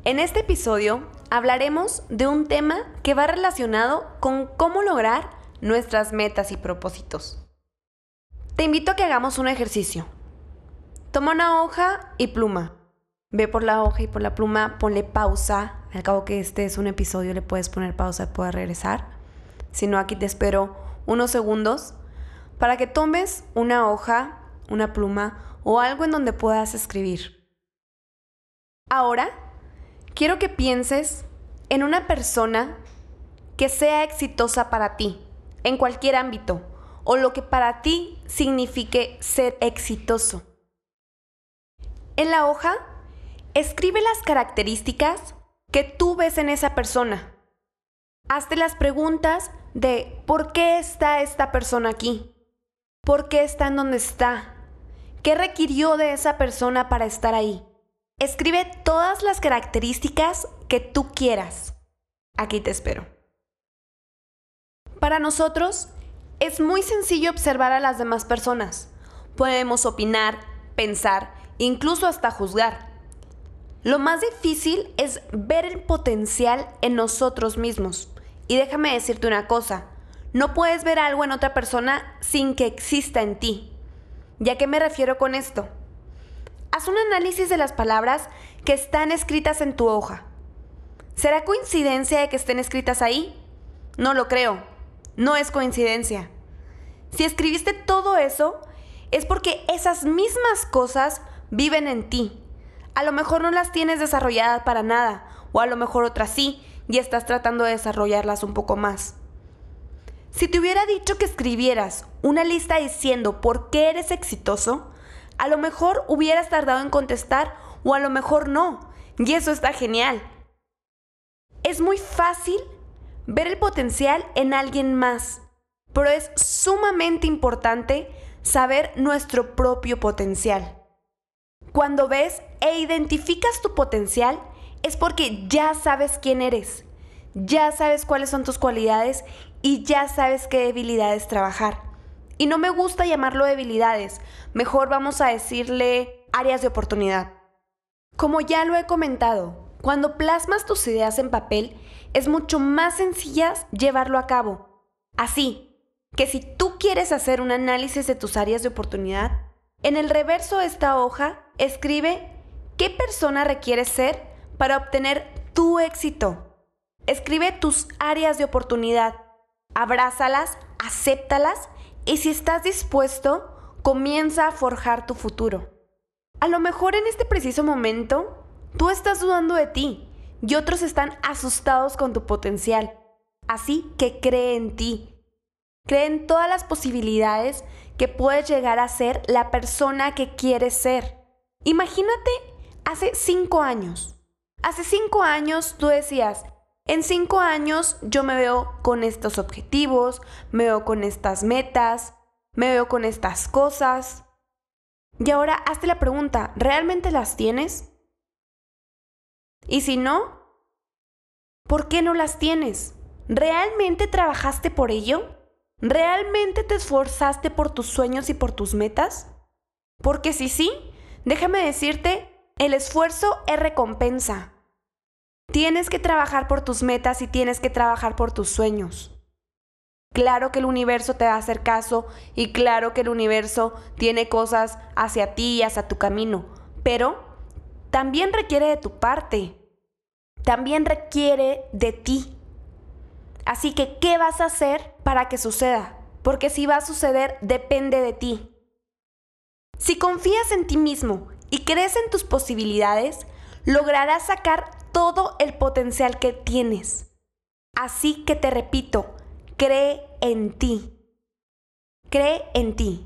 En este episodio hablaremos de un tema que va relacionado con cómo lograr nuestras metas y propósitos. Te invito a que hagamos un ejercicio. Toma una hoja y pluma. Ve por la hoja y por la pluma, ponle pausa. Al cabo que este es un episodio, le puedes poner pausa y puedes regresar. Si no, aquí te espero unos segundos para que tomes una hoja, una pluma o algo en donde puedas escribir. Ahora, quiero que pienses en una persona que sea exitosa para ti, en cualquier ámbito, o lo que para ti signifique ser exitoso. En la hoja, escribe las características que tú ves en esa persona. Hazte las preguntas de ¿por qué está esta persona aquí? ¿Por qué está en donde está? ¿Qué requirió de esa persona para estar ahí? Escribe todas las características que tú quieras. Aquí te espero. Para nosotros, es muy sencillo observar a las demás personas. Podemos opinar, pensar, incluso hasta juzgar. Lo más difícil es ver el potencial en nosotros mismos. Y déjame decirte una cosa, no puedes ver algo en otra persona sin que exista en ti. ¿Y a qué me refiero con esto? Haz un análisis de las palabras que están escritas en tu hoja. ¿Será coincidencia de que estén escritas ahí? No lo creo. No es coincidencia. Si escribiste todo eso, es porque esas mismas cosas viven en ti. A lo mejor no las tienes desarrolladas para nada, o a lo mejor otras sí, y estás tratando de desarrollarlas un poco más. Si te hubiera dicho que escribieras una lista diciendo por qué eres exitoso, a lo mejor hubieras tardado en contestar o a lo mejor no, y eso está genial. Es muy fácil ver el potencial en alguien más, pero es sumamente importante saber nuestro propio potencial. Cuando ves e identificas tu potencial, es porque ya sabes quién eres, ya sabes cuáles son tus cualidades y ya sabes qué debilidades trabajar. Y no me gusta llamarlo debilidades, mejor vamos a decirle áreas de oportunidad. Como ya lo he comentado, cuando plasmas tus ideas en papel, es mucho más sencillo llevarlo a cabo. Así que si tú quieres hacer un análisis de tus áreas de oportunidad, en el reverso de esta hoja, escribe qué persona requieres ser para obtener tu éxito. Escribe tus áreas de oportunidad, abrázalas, acéptalas y si estás dispuesto, comienza a forjar tu futuro. A lo mejor en este preciso momento, tú estás dudando de ti y otros están asustados con tu potencial. Así que cree en ti. Cree en todas las posibilidades que puedes llegar a ser la persona que quieres ser. Imagínate hace 5 años. Hace 5 años tú decías, en 5 años yo me veo con estos objetivos, me veo con estas metas, me veo con estas cosas. Y ahora hazte la pregunta, ¿realmente las tienes? Y si no, ¿por qué no las tienes? ¿Realmente trabajaste por ello? ¿Realmente te esforzaste por tus sueños y por tus metas? Porque si sí, déjame decirte, el esfuerzo es recompensa. Tienes que trabajar por tus metas y tienes que trabajar por tus sueños. Claro que el universo te va a hacer caso y claro que el universo tiene cosas hacia ti y hacia tu camino, pero también requiere de tu parte, también requiere de ti. Así que, ¿qué vas a hacer para que suceda? Porque si va a suceder, depende de ti. Si confías en ti mismo y crees en tus posibilidades, lograrás sacar todo el potencial que tienes. Así que te repito, cree en ti. Cree en ti.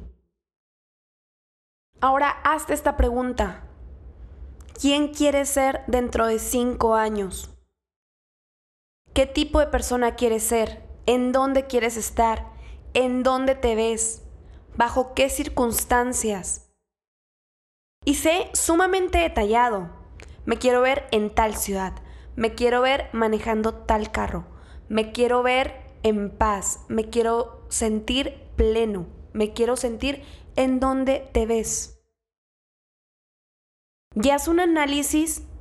Ahora hazte esta pregunta. ¿Quién quieres ser dentro de 5 años? ¿Qué tipo de persona quieres ser? ¿En dónde quieres estar? ¿En dónde te ves? ¿Bajo qué circunstancias? Y sé sumamente detallado. Me quiero ver en tal ciudad. Me quiero ver manejando tal carro. Me quiero ver en paz. Me quiero sentir pleno. Me quiero sentir en donde te ves. Y haz un análisis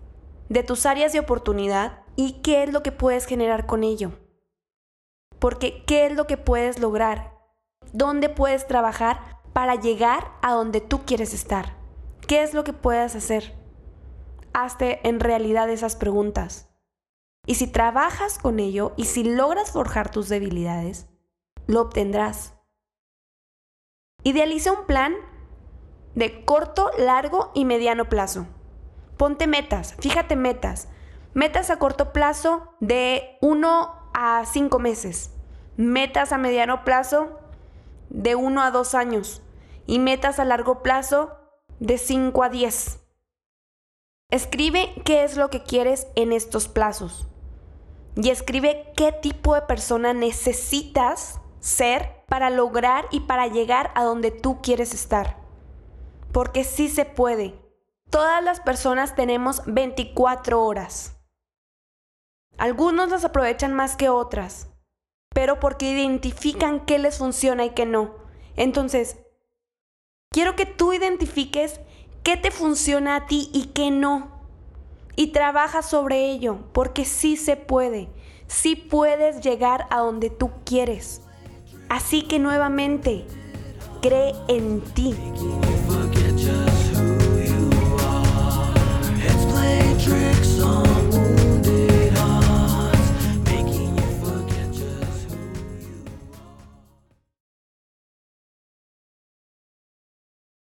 de tus áreas de oportunidad y qué es lo que puedes generar con ello. Porque ¿qué es lo que puedes lograr? ¿Dónde puedes trabajar para llegar a donde tú quieres estar? ¿Qué es lo que puedes hacer? Hazte en realidad esas preguntas. Y si trabajas con ello y si logras forjar tus debilidades, lo obtendrás. Idealiza un plan de corto, largo y mediano plazo. Ponte metas, fíjate metas. Metas a corto plazo de 1 a 5 meses. Metas a mediano plazo de 1 a 2 años. Y metas a largo plazo de 5 a 10. Escribe qué es lo que quieres en estos plazos. Y escribe qué tipo de persona necesitas ser para lograr y para llegar a donde tú quieres estar. Porque sí se puede. Todas las personas tenemos 24 horas. Algunos las aprovechan más que otras, pero porque identifican qué les funciona y qué no. Entonces, quiero que tú identifiques qué te funciona a ti y qué no. Y trabaja sobre ello, porque sí se puede. Sí puedes llegar a donde tú quieres. Así que nuevamente, cree en ti.